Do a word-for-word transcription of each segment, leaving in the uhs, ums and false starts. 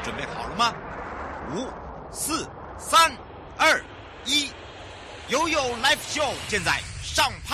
准备好了吗？五、四、三、二、一，悠悠 Live Show 现在上拍。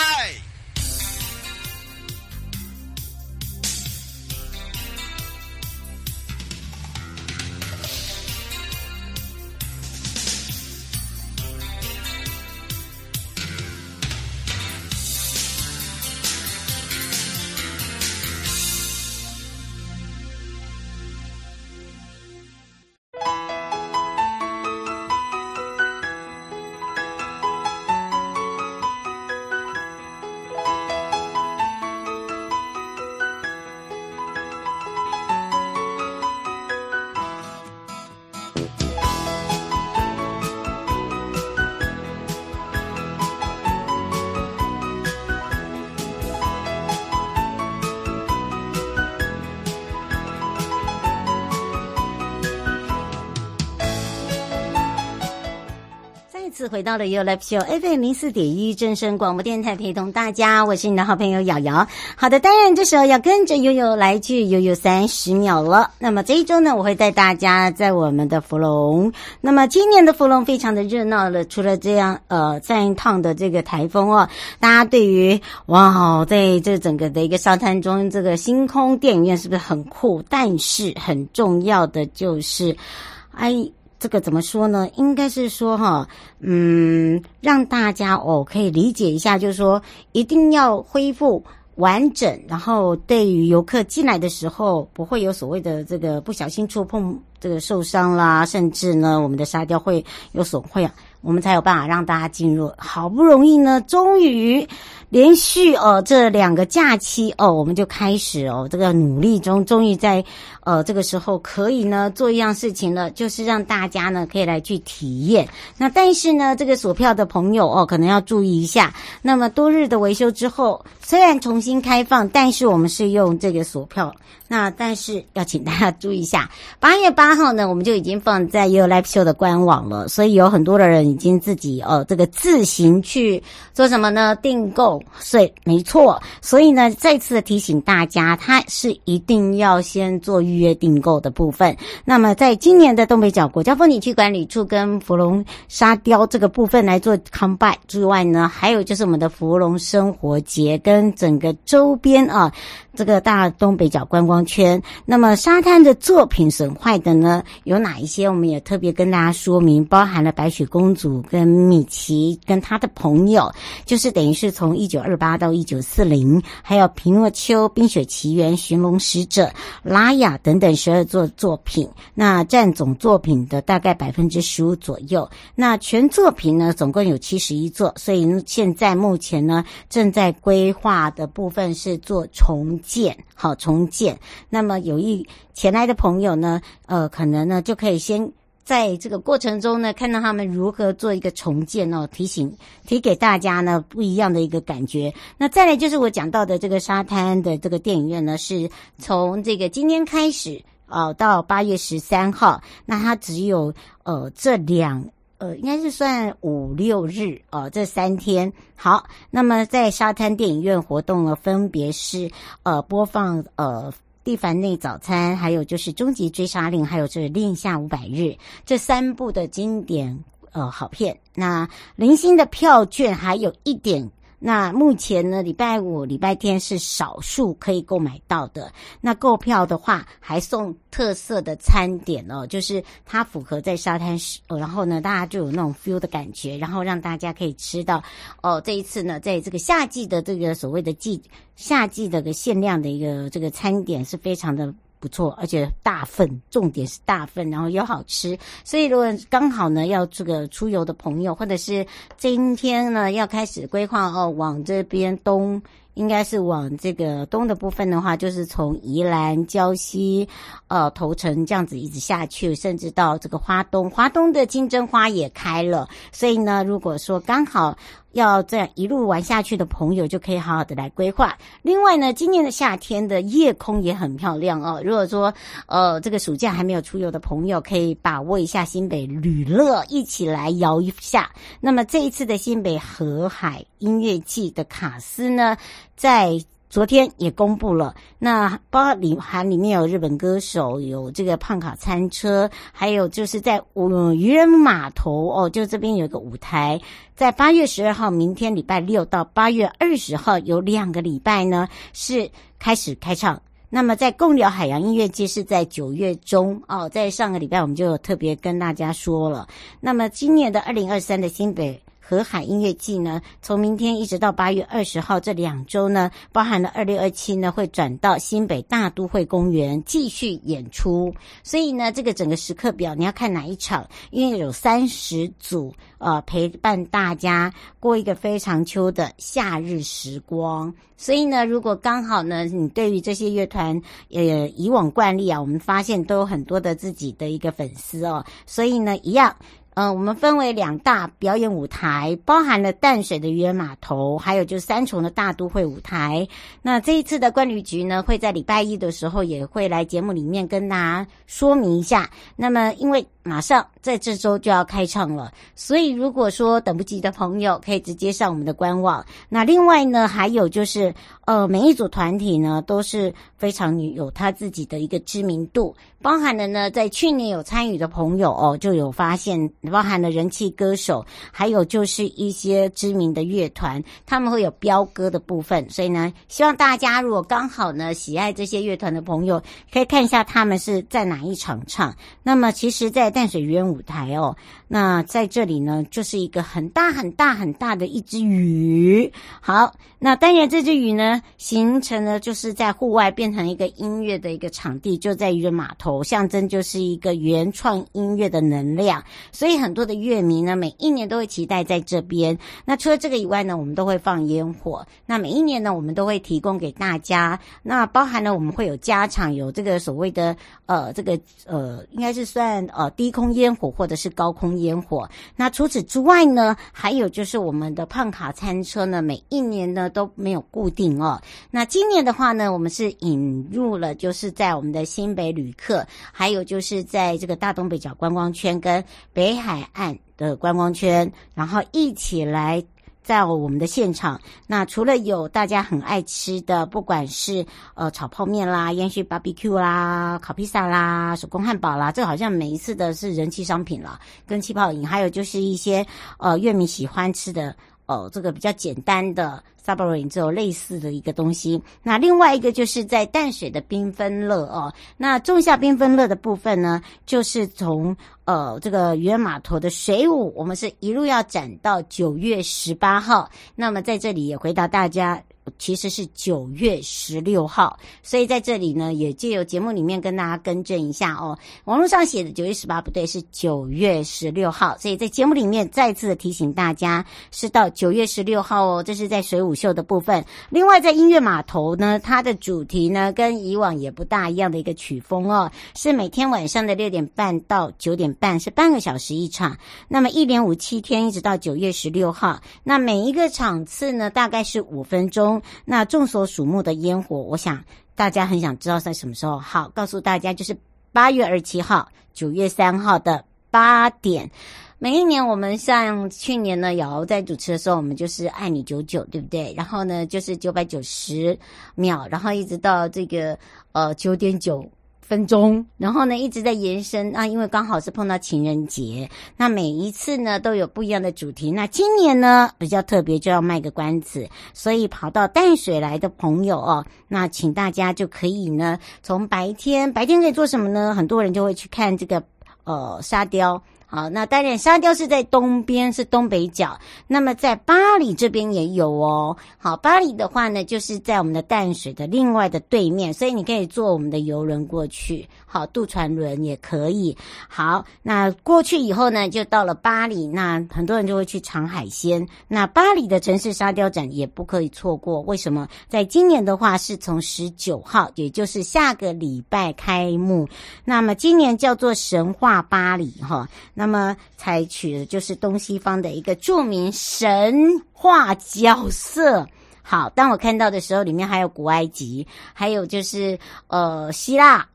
次回到了 You Live Show F M 零四点一正声广播电台，陪同大家，我是你的好朋友瑶瑶。好的，当然这时候要跟着悠悠来去悠悠三十秒了。那么这一周呢，我会带大家在我们的福隆。那么今年的福隆非常的热闹了，除了这样呃上一趟的这个台风哦，大家对于哇，在这整个的一个沙滩中，这个星空电影院是不是很酷？但是很重要的就是，哎。这个怎么说呢？应该是说哈，嗯，让大家哦可以理解一下，就是说一定要恢复完整，然后对于游客进来的时候，不会有所谓的这个不小心触碰这个受伤啦，甚至呢我们的沙雕会有损坏啊，我们才有办法让大家进入。好不容易呢，终于连续哦这两个假期哦，我们就开始哦这个努力中，终于在呃这个时候可以呢做一样事情了，就是让大家呢可以来去体验。那但是呢，这个锁票的朋友哦，可能要注意一下。那么多日的维修之后，虽然重新开放，但是我们是用这个锁票。那但是要请大家注意一下，八月八号呢，我们就已经放在 You Live Show 的官网了，所以有很多的人已经自己呃这个自行去做什么呢？订购。所以没错，所以呢，再次的提醒大家，它是一定要先做预约订购的部分。那么在今年的东北角国家风景区管理处跟福隆沙雕这个部分来做 combine 之外呢，还有就是我们的福隆生活节跟整个周边啊这个大东北角观光圈。那么沙滩的作品损坏的呢有哪一些，我们也特别跟大家说明，包含了白雪公主跟米奇跟他的朋友，就是等于是从一九二八到一九四零，还有皮诺丘、冰雪奇缘、寻龙使者、拉雅等等十二座作品，那占总作品的大概百分之十五左右。那全作品呢总共有七十一座，所以现在目前呢正在规划的部分是做重建，好重建。那么有意前来的朋友呢，呃，可能呢就可以先在这个过程中呢，看到他们如何做一个重建哦，提醒提给大家呢不一样的一个感觉。那再来就是我讲到的这个沙滩的这个电影院呢，是从这个今天开始呃到八月十三号，那它只有呃这两。呃，应该是算五六日哦、呃，这三天。好，那么在沙滩电影院活动呢，分别是呃播放呃蒂凡内早餐，还有就是终极追杀令，还有就是恋夏五百日这三部的经典呃好片。那零星的票券还有一点。那目前呢，礼拜五、礼拜天是少数可以购买到的。那购票的话，还送特色的餐点哦，就是它符合在沙滩时，然后呢，大家就有那种 feel 的感觉，然后让大家可以吃到哦。这一次呢，在这个夏季的这个所谓的季夏季的个限量的一个这个餐点是非常的不错，而且大份，重点是大份，然后又好吃。所以如果刚好呢要这个出游的朋友，或者是今天呢要开始规划哦，往这边东，应该是往这个东的部分的话，就是从宜兰、礁溪、呃头城这样子一直下去，甚至到这个花东。花东的金针花也开了，所以呢，如果说刚好要这样一路玩下去的朋友，就可以好好的来规划。另外呢，今年的夏天的夜空也很漂亮哦。如果说呃这个暑假还没有出游的朋友，可以把握一下新北旅乐，一起来摇一下。那么这一次的新北河海音乐季的卡司呢，在昨天也公布了，那包含里含里面有日本歌手，有这个胖卡餐车，还有就是在呃渔人码头哦，就这边有一个舞台，在八月十二号，明天礼拜六到八月二十号有两个礼拜呢是开始开唱。那么在贡寮海洋音乐季是在九月中哦，在上个礼拜我们就有特别跟大家说了。那么今年的二零二三的新北河海音乐季呢，从明天一直到八月二十号这两周呢，包含了二六二七呢会转到新北大都会公园继续演出。所以呢，这个整个时刻表你要看哪一场，因为有三十组呃陪伴大家过一个非常秋的夏日时光。所以呢，如果刚好呢，你对于这些乐团呃以往惯例啊，我们发现都有很多的自己的一个粉丝哦，所以呢，一样。呃，我们分为两大表演舞台，包含了淡水的渔人码头，还有就是三重的大都会舞台。那这一次的观旅局呢，会在礼拜一的时候也会来节目里面跟大家说明一下。那么因为马上在这周就要开唱了，所以如果说等不及的朋友，可以直接上我们的官网。那另外呢，还有就是呃，每一组团体呢都是非常有他自己的一个知名度，包含了呢在去年有参与的朋友哦，就有发现包含了人气歌手，还有就是一些知名的乐团，他们会有标歌的部分。所以呢，希望大家如果刚好呢喜爱这些乐团的朋友，可以看一下他们是在哪一场唱。那么其实在淡水渔人舞台哦，那在这里呢就是一个很大很大很大的一只鱼。好，那当然这只鱼呢形成了就是在户外变成一个音乐的一个场地，就在渔人码头，象征就是一个原创音乐的能量。所以很多的乐迷呢每一年都会期待在这边。那除了这个以外呢，我们都会放烟火，那每一年呢我们都会提供给大家，那包含了我们会有加场，有这个所谓的呃这个呃应该是算呃低空烟火或者是高空烟火。那除此之外呢，还有就是我们的胖卡餐车呢每一年呢都没有固定哦。那今年的话呢，我们是引入了就是在我们的新北旅客，还有就是在这个大东北角观光圈跟北海岸的观光圈，然后一起来在我们的现场。那除了有大家很爱吃的，不管是呃炒泡面啦、烟熏 B B Q 啦、烤披萨啦、手工汉堡啦，这好像每一次的是人气商品啦，跟气泡饮，还有就是一些呃乐迷喜欢吃的呃这个比较简单的萨博饮，这种类似的一个东西。那另外一个就是在淡水的缤纷乐哦，那仲夏缤纷乐的部分呢，就是从呃这个渔人码头的水舞，我们是一路要展到九月十八号。那么在这里也回答大家，其实是九月十六号，所以在这里呢也借由节目里面跟大家更正一下哦，网络上写的九月十八不对，是九月十六号，所以在节目里面再次的提醒大家是到九月十六号哦，这是在水舞秀的部分。另外在音乐码头呢，它的主题呢跟以往也不大一样的一个曲风哦，是每天晚上的六点半到九点半，是半个小时一场，那么一连五七天一直到九月十六号，那每一个场次呢大概是五分钟。那众所瞩目的烟火，我想大家很想知道在什么时候。好，告诉大家就是八月二十七号、九月三号的八点。每一年我们像去年呢，瑶瑶在主持的时候，我们就是爱你九九，对不对？然后呢，就是九百九十秒，然后一直到这个呃九点九。分钟，然后呢一直在延伸啊，因为刚好是碰到情人节，那每一次呢都有不一样的主题。那今年呢比较特别，就要卖个关子，所以跑到淡水来的朋友哦，那请大家就可以呢从白天白天可以做什么呢？很多人就会去看这个呃沙雕。好，那当然沙雕是在东边，是东北角，那么在八里这边也有哦。好，八里的话呢就是在我们的淡水的另外的对面，所以你可以坐我们的游轮过去，好，渡船轮也可以。好，那过去以后呢就到了八里，那很多人就会去尝海鲜，那八里的城市沙雕展也不可以错过。为什么？在今年的话是从十九号，也就是下个礼拜开幕，那么今年叫做神话八里哈。那么采取的就是东西方的一个著名神话角色。好，当我看到的时候，里面还有古埃及，还有就是呃希腊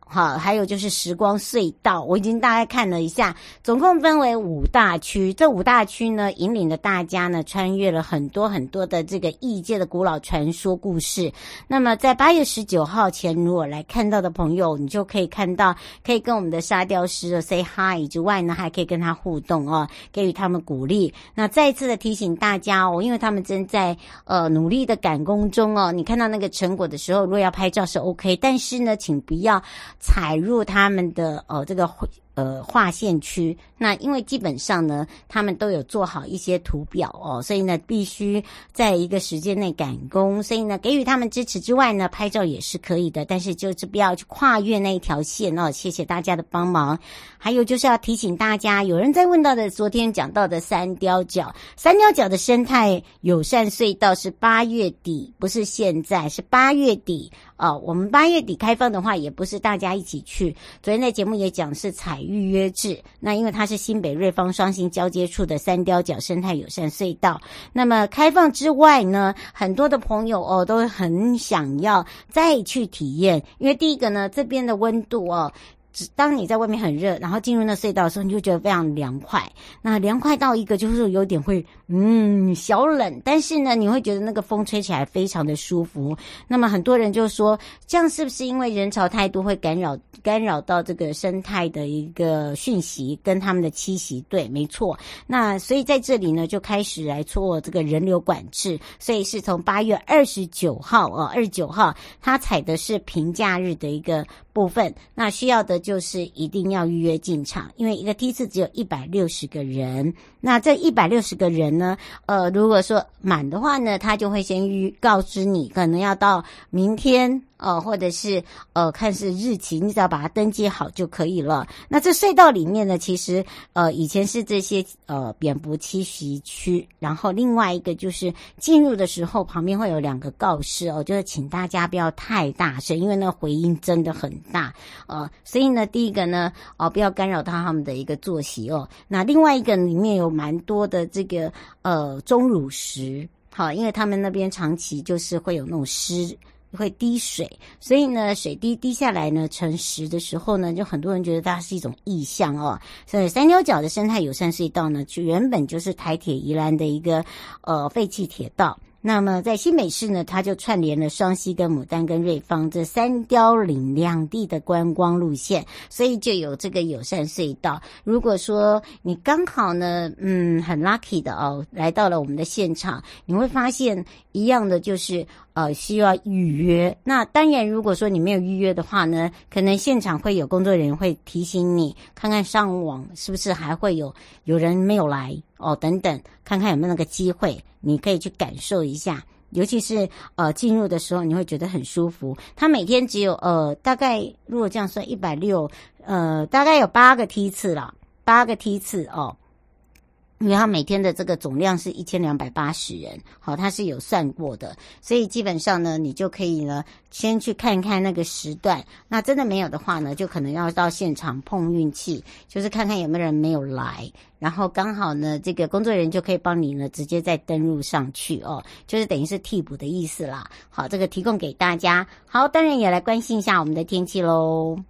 好，还有就是时光隧道，我已经大概看了一下，总共分为五大区。这五大区呢，引领着大家呢穿越了很多很多的这个异界的古老传说故事。那么在八月十九号前，如果来看到的朋友，你就可以看到，可以跟我们的沙雕师 say hi 之外呢，还可以跟他互动哦，给予他们鼓励。那再一次的提醒大家哦，因为他们正在呃努力的赶工中哦，你看到那个成果的时候，如果要拍照是 OK， 但是呢，请不要踩入他们的呃这个呃划线区。那因为基本上呢，他们都有做好一些图表哦，所以呢必须在一个时间内赶工，所以呢给予他们支持之外呢，拍照也是可以的，但是就是不要去跨越那一条线哦。谢谢大家的帮忙。还有就是要提醒大家，有人在问到的昨天讲到的三貂角，三貂角的生态友善隧道是八月底，不是现在，是八月底哦。我们八月底开放的话，也不是大家一起去。昨天在节目也讲是采预约制，那因为它是新北瑞芳双星交接处的三貂角生态友善隧道。那么开放之外呢，很多的朋友哦都很想要再去体验，因为第一个呢，这边的温度哦。当你在外面很热，然后进入那隧道的时候，你就觉得非常凉快。那凉快到一个就是有点会嗯小冷，但是呢，你会觉得那个风吹起来非常的舒服。那么很多人就说，这样是不是因为人潮太多会干扰干扰到这个生态的一个讯息跟他们的栖息？对，没错。那所以在这里呢，就开始来做这个人流管制，所以是从八月二十九号哦，二十九号它采的是平假日的一个部分，那需要的就是一定要预约进场，因为一个梯次只有一百六十个人。那这一百六十个人呢，呃，如果说满的话呢，他就会先预告知你，可能要到明天。呃，或者是呃，看是日期，你只要把它登记好就可以了。那这隧道里面呢，其实呃，以前是这些呃蝙蝠栖息区，然后另外一个就是进入的时候旁边会有两个告示哦，就是请大家不要太大声，因为那个回音真的很大呃，所以呢，第一个呢，哦、呃，不要干扰到他们的一个作息哦。那另外一个里面有蛮多的这个呃钟乳石，好，因为他们那边长期就是会有那种湿。会滴水，所以呢，水滴滴下来呢，成石的时候呢，就很多人觉得它是一种异象哦。所以三貂角的生态友善隧道呢，就原本就是台铁宜兰的一个呃废弃铁道。那么在新北市呢，它就串联了双溪跟牡丹跟瑞芳这三貂岭两地的观光路线，所以就有这个友善隧道。如果说你刚好呢，嗯，很 lucky 的哦，来到了我们的现场，你会发现一样的就是呃需要预约。那当然，如果说你没有预约的话呢，可能现场会有工作人员会提醒你，看看上网是不是还会有有人没有来哦，等等，看看有没有那个机会。你可以去感受一下，尤其是呃进入的时候，你会觉得很舒服。它每天只有呃大概如果这样算一百六，呃大概有八个梯次啦，八个梯次哦。因为它每天的这个总量是一千两百八十人，好，它是有算过的，所以基本上呢，你就可以呢先去看看那个时段。那真的没有的话呢，就可能要到现场碰运气，就是看看有没有人没有来，然后刚好呢，这个工作人员就可以帮你呢直接再登入上去哦，就是等于是替补的意思啦。好，这个提供给大家。好，当然也来关心一下我们的天气喽。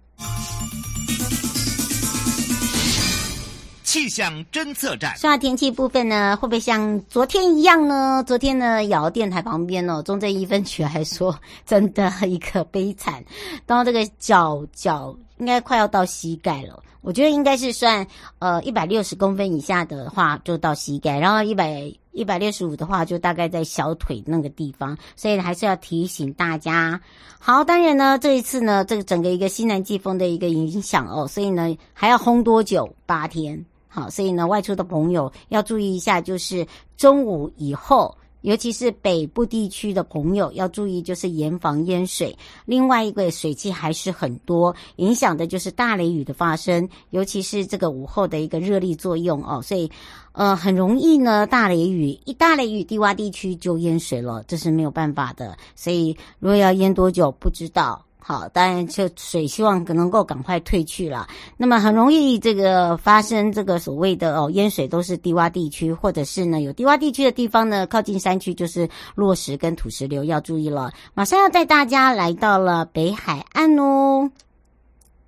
气象侦测站， 说到天气部分呢，会不会像昨天一样呢？昨天呢，瑶电台旁边哦，中正一分局还说，真的一个悲惨，到这个脚脚应该快要到膝盖了。我觉得应该是算呃一百六十公分以下的话就到膝盖，然后一百一百六十五的话就大概在小腿那个地方，所以还是要提醒大家。好，当然呢，这一次呢，这个整个一个西南季风的一个影响哦，所以呢还要轰多久？八天。好，所以呢，外出的朋友要注意一下，就是中午以后，尤其是北部地区的朋友要注意，就是严防淹水。另外一个水汽还是很多，影响的就是大雷雨的发生，尤其是这个午后的一个热力作用哦，所以呃很容易呢，大雷雨一大雷雨，低洼地区就淹水了，这是没有办法的。所以如果要淹多久，不知道。好，当然就水希望能够赶快退去了。那么很容易这个发生这个所谓的哦淹水，都是低洼地区，或者是呢有低洼地区的地方呢，靠近山区就是落石跟土石流，要注意了。马上要带大家来到了北海岸哦。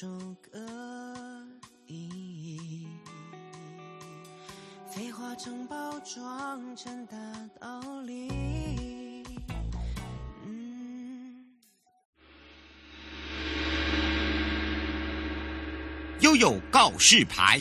首歌意，废话成包装成大道理。嗯， 悠悠告示牌。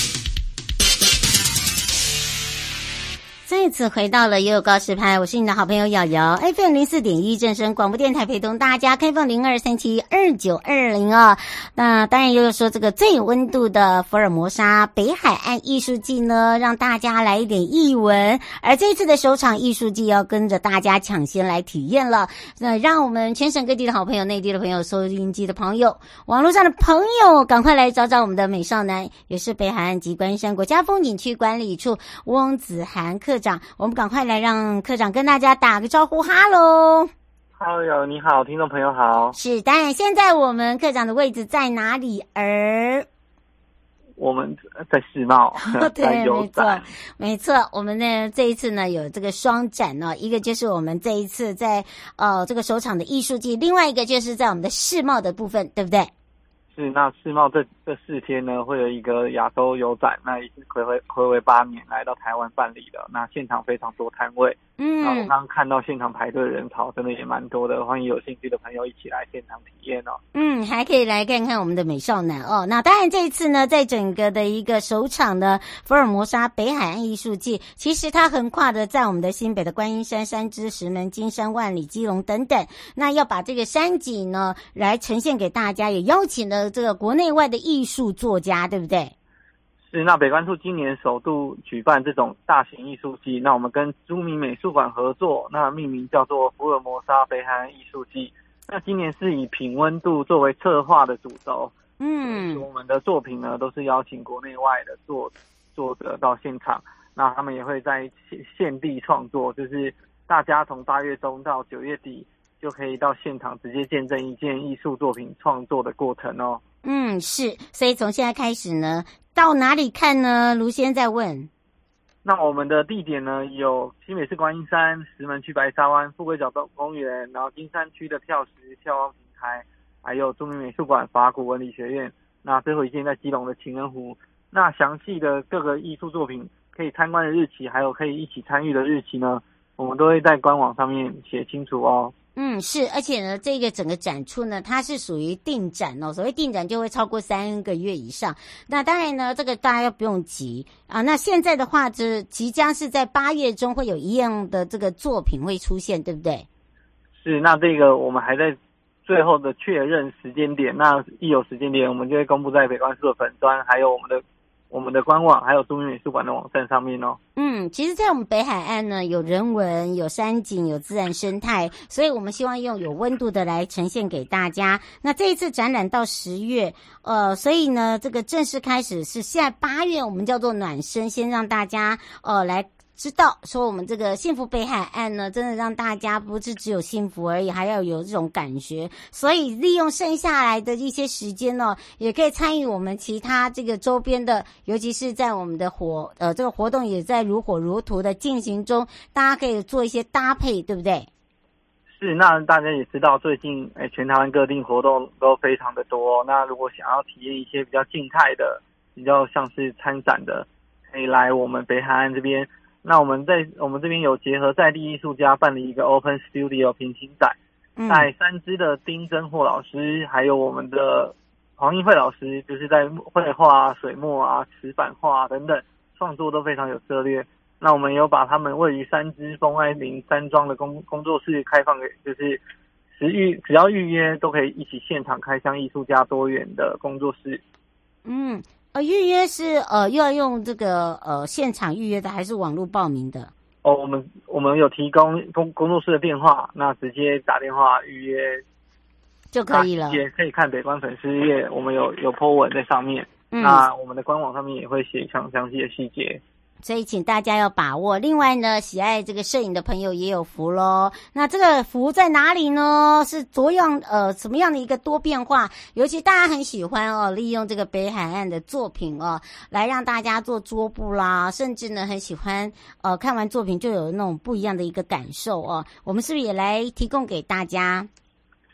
再次回到了悠悠告示牌，我是你的好朋友瑶瑶 ，F M 零四点一正声广播电台，陪同大家开放零二三七二九二零啊。那当然悠悠说这个最有温度的福尔摩沙北海岸艺术季呢，让大家来一点艺文，而这次的首场艺术季要跟着大家抢先来体验了。那让我们全省各地的好朋友、内地的朋友、收音机的朋友、网络上的朋友，赶快来找找我们的美少男，也是北海岸及关山国家风景区管理处翁子涵科长。我们赶快来让科长跟大家打个招呼，哈喽。 Hello， 你好，听众朋友好。 是，当然现在我们科长的位置在哪里？而我们在世贸， 对，没错，没错。我们呢这一次呢有这个双展哦，一个就是我们这一次在呃这个首场的艺术季，另外一个就是在我们的世贸的部分，对不对？ 是，那世贸这这四天呢，会有一个亚洲游展，那已经睽违睽违八年来到台湾办理了。那现场非常多摊位，嗯，然后我刚刚看到现场排队的人潮真的也蛮多的，欢迎有兴趣的朋友一起来现场体验哦。 嗯，还可以来看看我们的美少男哦。那当然这一次呢，在整个的一个首场的福尔摩沙北海岸艺术季，其实它横跨的在我们的新北的观音山、三芝、石门、金山、万里、基隆等等。那要把这个山景呢来呈现给大家，也邀请了这个国内外的艺术作家，对不对？ 是，那北关处今年首度举办这种大型艺术季，那我们跟朱明美术馆合作，那命名叫做福尔摩沙北海岸艺术季。那今年是以品温度作为策划的主轴，嗯，我们的作品呢都是邀请国内外的作作者到现场，那他们也会在现地创作，就是大家从八月中到九月底就可以到现场直接见证一件艺术作品创作的过程哦。 嗯，是，所以从现在开始呢，到哪里看呢？卢先在问。 那我们的地点呢，有新北市观音山、石门区白沙湾、富贵角公园，然后金山区的跳石眺望平台，还有著名美术馆、法古文理学院。那最后一件在基隆的情人湖。那详细的各个艺术作品可以参观的日期，还有可以一起参与的日期呢，我们都会在官网上面写清楚哦。 嗯，是，而且呢，这个整个展出呢，它是属于定展哦。所谓定展就会超过三个月以上。那当然呢，这个大家要不用急啊。那现在的话，这即将是在八月中会有一样的这个作品会出现，对不对？ 是，那这个我们还在最后的确认时间点。那一有时间点，我们就会公布在北关处的粉专，还有我们的。我们的官网还有著名美术馆的网站上面哦。 嗯，其实在我们北海岸呢，有人文、有山景、有自然生态，所以我们希望用有温度的来呈现给大家。那这一次展览到十月，呃，所以呢，这个正式开始是现在八月，我们叫做暖身，先让大家呃来知道说我们这个幸福北海岸呢，真的让大家不是只有幸福而已，还要有这种感觉。所以利用剩下来的一些时间呢，也可以参与我们其他这个周边的，尤其是在我们的活呃这个活动也在如火如荼的进行中，大家可以做一些搭配，对不对？ 是，那大家也知道，最近诶全台湾各地活动都非常的多。那如果想要体验一些比较静态的，比较像是参展的，可以来我们北海岸这边。那我们在我们这边有结合在地艺术家办理一个 Open Studio 平行展，嗯、在三芝的丁真霍老师，还有我们的黄义慧老师，就是在绘画啊、水墨啊、石板画啊等等创作都非常有策略。那我们有把他们位于三芝丰爱林山庄的工工作室开放给，就是只预只要预约都可以一起现场开箱艺术家多元的工作室。 嗯。呃，预约是呃又要用这个呃现场预约的，还是网络报名的？ 哦，我们我们有提供工工作室的电话，那直接打电话预约就可以了。 也可以看北关粉丝页，我们有有 po 文在上面。嗯，那我们的官网上面也会写详详细的细节。 所以请大家要把握。另外呢，喜爱这个摄影的朋友也有福咯。那这个福在哪里呢？是多样呃什么样的一个多变化？尤其大家很喜欢哦，利用这个北海岸的作品哦，来让大家做桌布啦，甚至呢很喜欢呃看完作品就有那种不一样的一个感受哦。我们是不是也来提供给大家？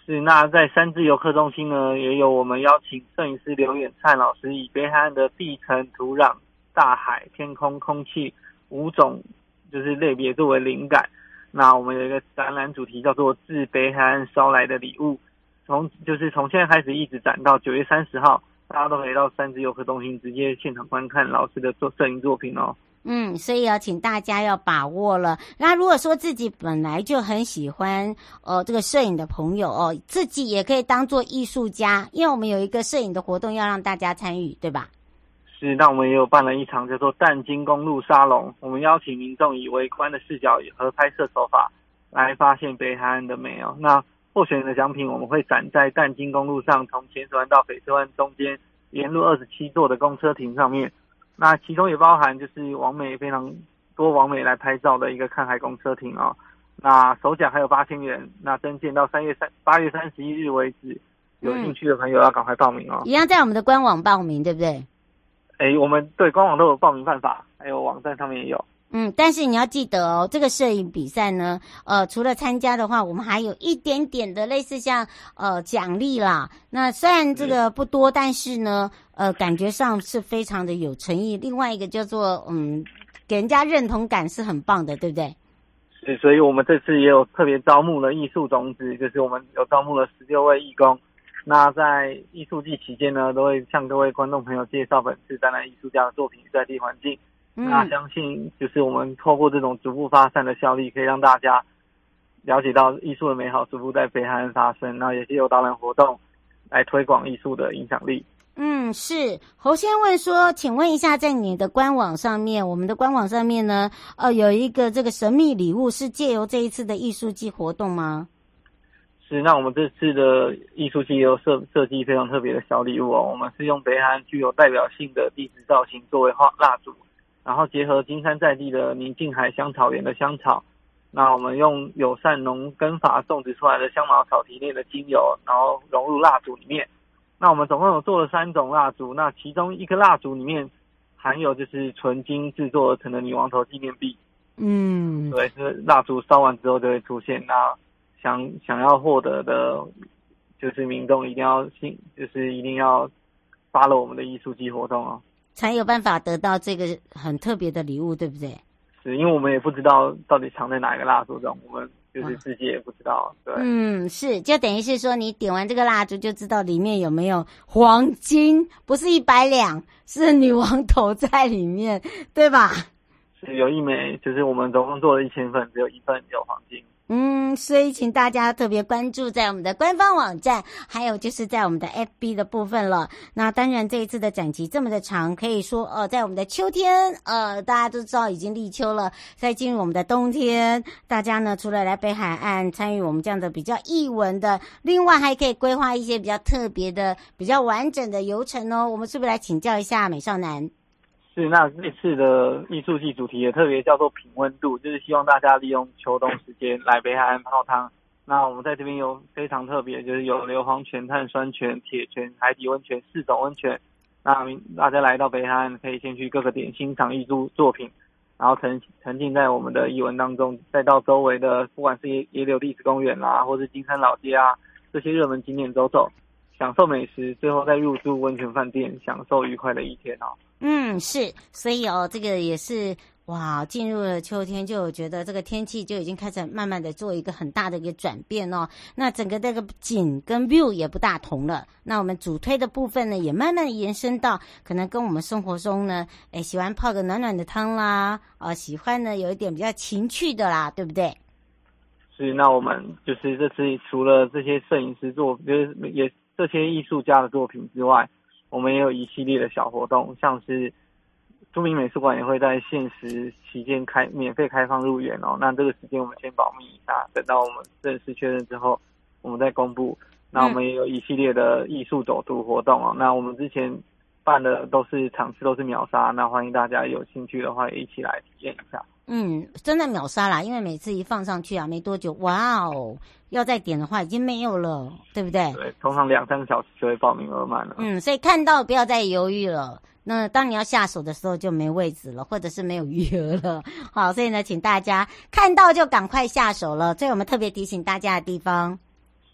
是，那在三自游客中心呢，也有我们邀请摄影师刘远灿老师，以北海岸的地层、土壤、大海、天空、空气五种就是类别作为灵感。那我们有一个展览主题叫做“自北海岸捎来的礼物”，从就是从现在开始一直展到九月三十号，大家都可以到三自游客中心直接现场观看老师的作摄影作品哦。 嗯，所以要请大家要把握了。那如果说自己本来就很喜欢呃这个摄影的朋友哦，自己也可以当做艺术家，因为我们有一个摄影的活动要让大家参与，对吧？ 是，那我们也有办了一场叫做淡金公路沙龙，我们邀请民众以微观的视角和拍摄手法来发现北海岸的美哦。那获选的奖品我们会展在淡金公路上，从浅水湾到翡翠湾中间，沿路二十七座的公车亭上面。那其中也包含就是网美非常多网美来拍照的一个看海公车亭哦。那首奖还有八千元，那征件到三月三八月三十一日为止，有兴趣的朋友要赶快报名哦。 一样在我们的官网报名，对不对？ 哎，我们对官网都有报名办法，还有网站上面也有。 嗯，但是你要记得哦，这个摄影比赛呢，呃，除了参加的话，我们还有一点点的类似像呃奖励啦。那虽然这个不多，但是呢，呃，感觉上是非常的有诚意。另外一个叫做嗯，给人家认同感是很棒的，对不对？ 是，所以我们这次也有特别招募了艺术种子，就是我们有招募了十六位义工。那在艺术季期间呢，都会向各位观众朋友介绍本次展览艺术家的作品与在地环境。 嗯、 那相信就是我们透过这种逐步发散的效力，可以让大家了解到艺术的美好逐步在北海岸发生，然后也是有导览活动来推广艺术的影响力。 嗯，是。侯先问说，请问一下，在你的官网上面，我们的官网上面呢，呃，有一个这个神秘礼物，是借由这一次的艺术季活动吗？ 是，那我们这次的艺术季也有设设计非常特别的小礼物哦。我们是用北海岸具有代表性的地质造型作为画蜡烛，然后结合金山在地的宁静海香草园的香草，那我们用友善农耕法种植出来的香茅草提炼的精油，然后融入蜡烛里面。那我们总共有做了三种蜡烛，那其中一个蜡烛里面含有就是纯金制作而成的女王头纪念币。 嗯， 对，是蜡烛烧完之后就会出现。那想想要获得的，就是民众一定要信，就是一定要发了我们的艺术季活动哦， 才有办法得到这个很特别的礼物，对不对？ 是，因为我们也不知道到底藏在哪一个蜡烛中，我们就是自己也不知道。对， 嗯，是，就等于是说，你点完这个蜡烛就知道里面有没有黄金，不是一百两，是女王头在里面，对吧？ 是有一枚，就是我们总共做了一千份，只有一份有黄金。 嗯，所以请大家特别关注在我们的官方网站，还有就是在我们的 F B 的部分了。那当然这一次的展期这么的长，可以说呃，在我们的秋天，呃，大家都知道已经立秋了，在进入我们的冬天，大家呢除了来北海岸参与我们这样的比较艺文的，另外还可以规划一些比较特别的、比较完整的游程哦。我们是不是来请教一下美少男？ 是，那这次的艺术季主题也特别叫做品温度，就是希望大家利用秋冬时间来北海岸泡汤。那我们在这边有非常特别，就是有硫磺泉、碳酸泉、铁泉、海底温泉四种温泉。那大家来到北海岸，可以先去各个点欣赏艺术作品，然后沉沉浸在我们的艺文当中，再到周围的不管是野野柳历史公园啦，或是金山老街啊这些热门景点走走，享受美食，最后再入住温泉饭店，享受愉快的一天哦。 嗯，是，所以哦，这个也是哇，进入了秋天，就有觉得这个天气就已经开始慢慢的做一个很大的一个转变哦。那整个这个景跟 view 也不大同了。那我们主推的部分呢，也慢慢的延伸到可能跟我们生活中呢，哎，喜欢泡个暖暖的汤啦，啊、呃，喜欢呢有一点比较情趣的啦，对不对？ 是，那我们就是这次除了这些摄影师作，就是也这些艺术家的作品之外，我们也有一系列的小活动，像是著名美术馆也会在限时期间开免费开放入园哦。那这个时间我们先保密一下，等到我们正式确认之后，我们再公布。那我们也有一系列的艺术走读活动哦。那我们之前办的都是场次都是秒杀，那欢迎大家有兴趣的话也一起来体验一下。 嗯，真的秒杀啦，因为每次一放上去啊，没多久，哇哦，要再点的话已经没有了，对不对？ 对，通常两三个小时就会报名额满了。 嗯，所以看到不要再犹豫了。那当你要下手的时候就没位置了，或者是没有余额了。好，所以呢，请大家看到就赶快下手了。这是我们特别提醒大家的地方。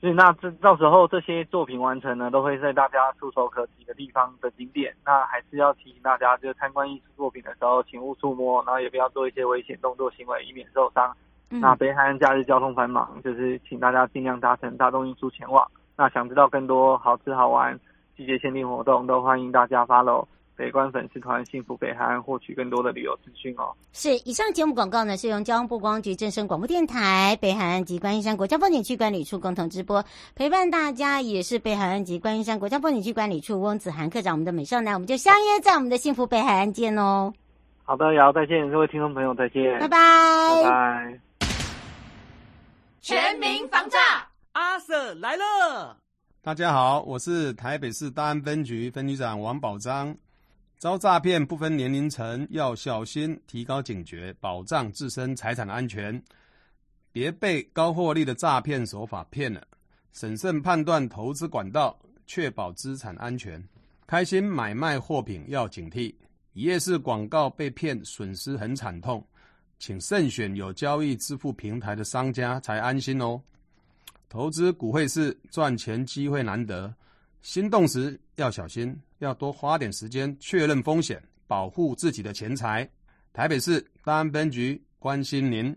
所以那这到时候这些作品完成呢，都会在大家触手可及的地方的景点。那还是要提醒大家，就是参观艺术作品的时候，请勿触摸，然后也不要做一些危险动作行为，以免受伤。嗯、那北海岸假日交通繁忙，就是请大家尽量搭乘大众运输前往。那想知道更多好吃好玩、季节限定活动，都欢迎大家 follow 北关粉丝团幸福北海岸，获取更多的旅游资讯哦。 是，以上节目广告呢是由交通部观光局正声广播电台、北海岸及观音山国家风景区管理处共同直播，陪伴大家也是北海岸及观音山国家风景区管理处翁子涵科长，我们的美少男，我们就相约在我们的幸福北海岸见哦。 好的，瑶再见，各位听众朋友再见， 拜拜， 拜拜。 全民防诈， 阿 Sir 来了。 大家好，我是台北市大安分局分局长王宝章。遭诈骗不分年龄层，要小心，提高警觉，保障自身财产安全，别被高获利的诈骗手法骗了。审慎判断投资管道，确保资产安全。开心买卖货品要警惕，一页式广告被骗，损失很惨痛。请慎选有交易支付平台的商家才安心哦。投资股汇市赚钱机会难得，心动时要小心，要多花点时间确认风险，保护自己的钱财。台北市大安分局关心您。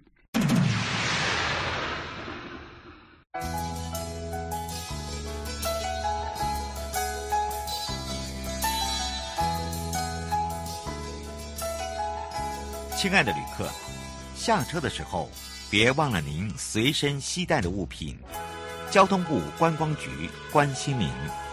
亲爱的旅客，下车的时候别忘了您随身携带的物品。交通部观光局关心您。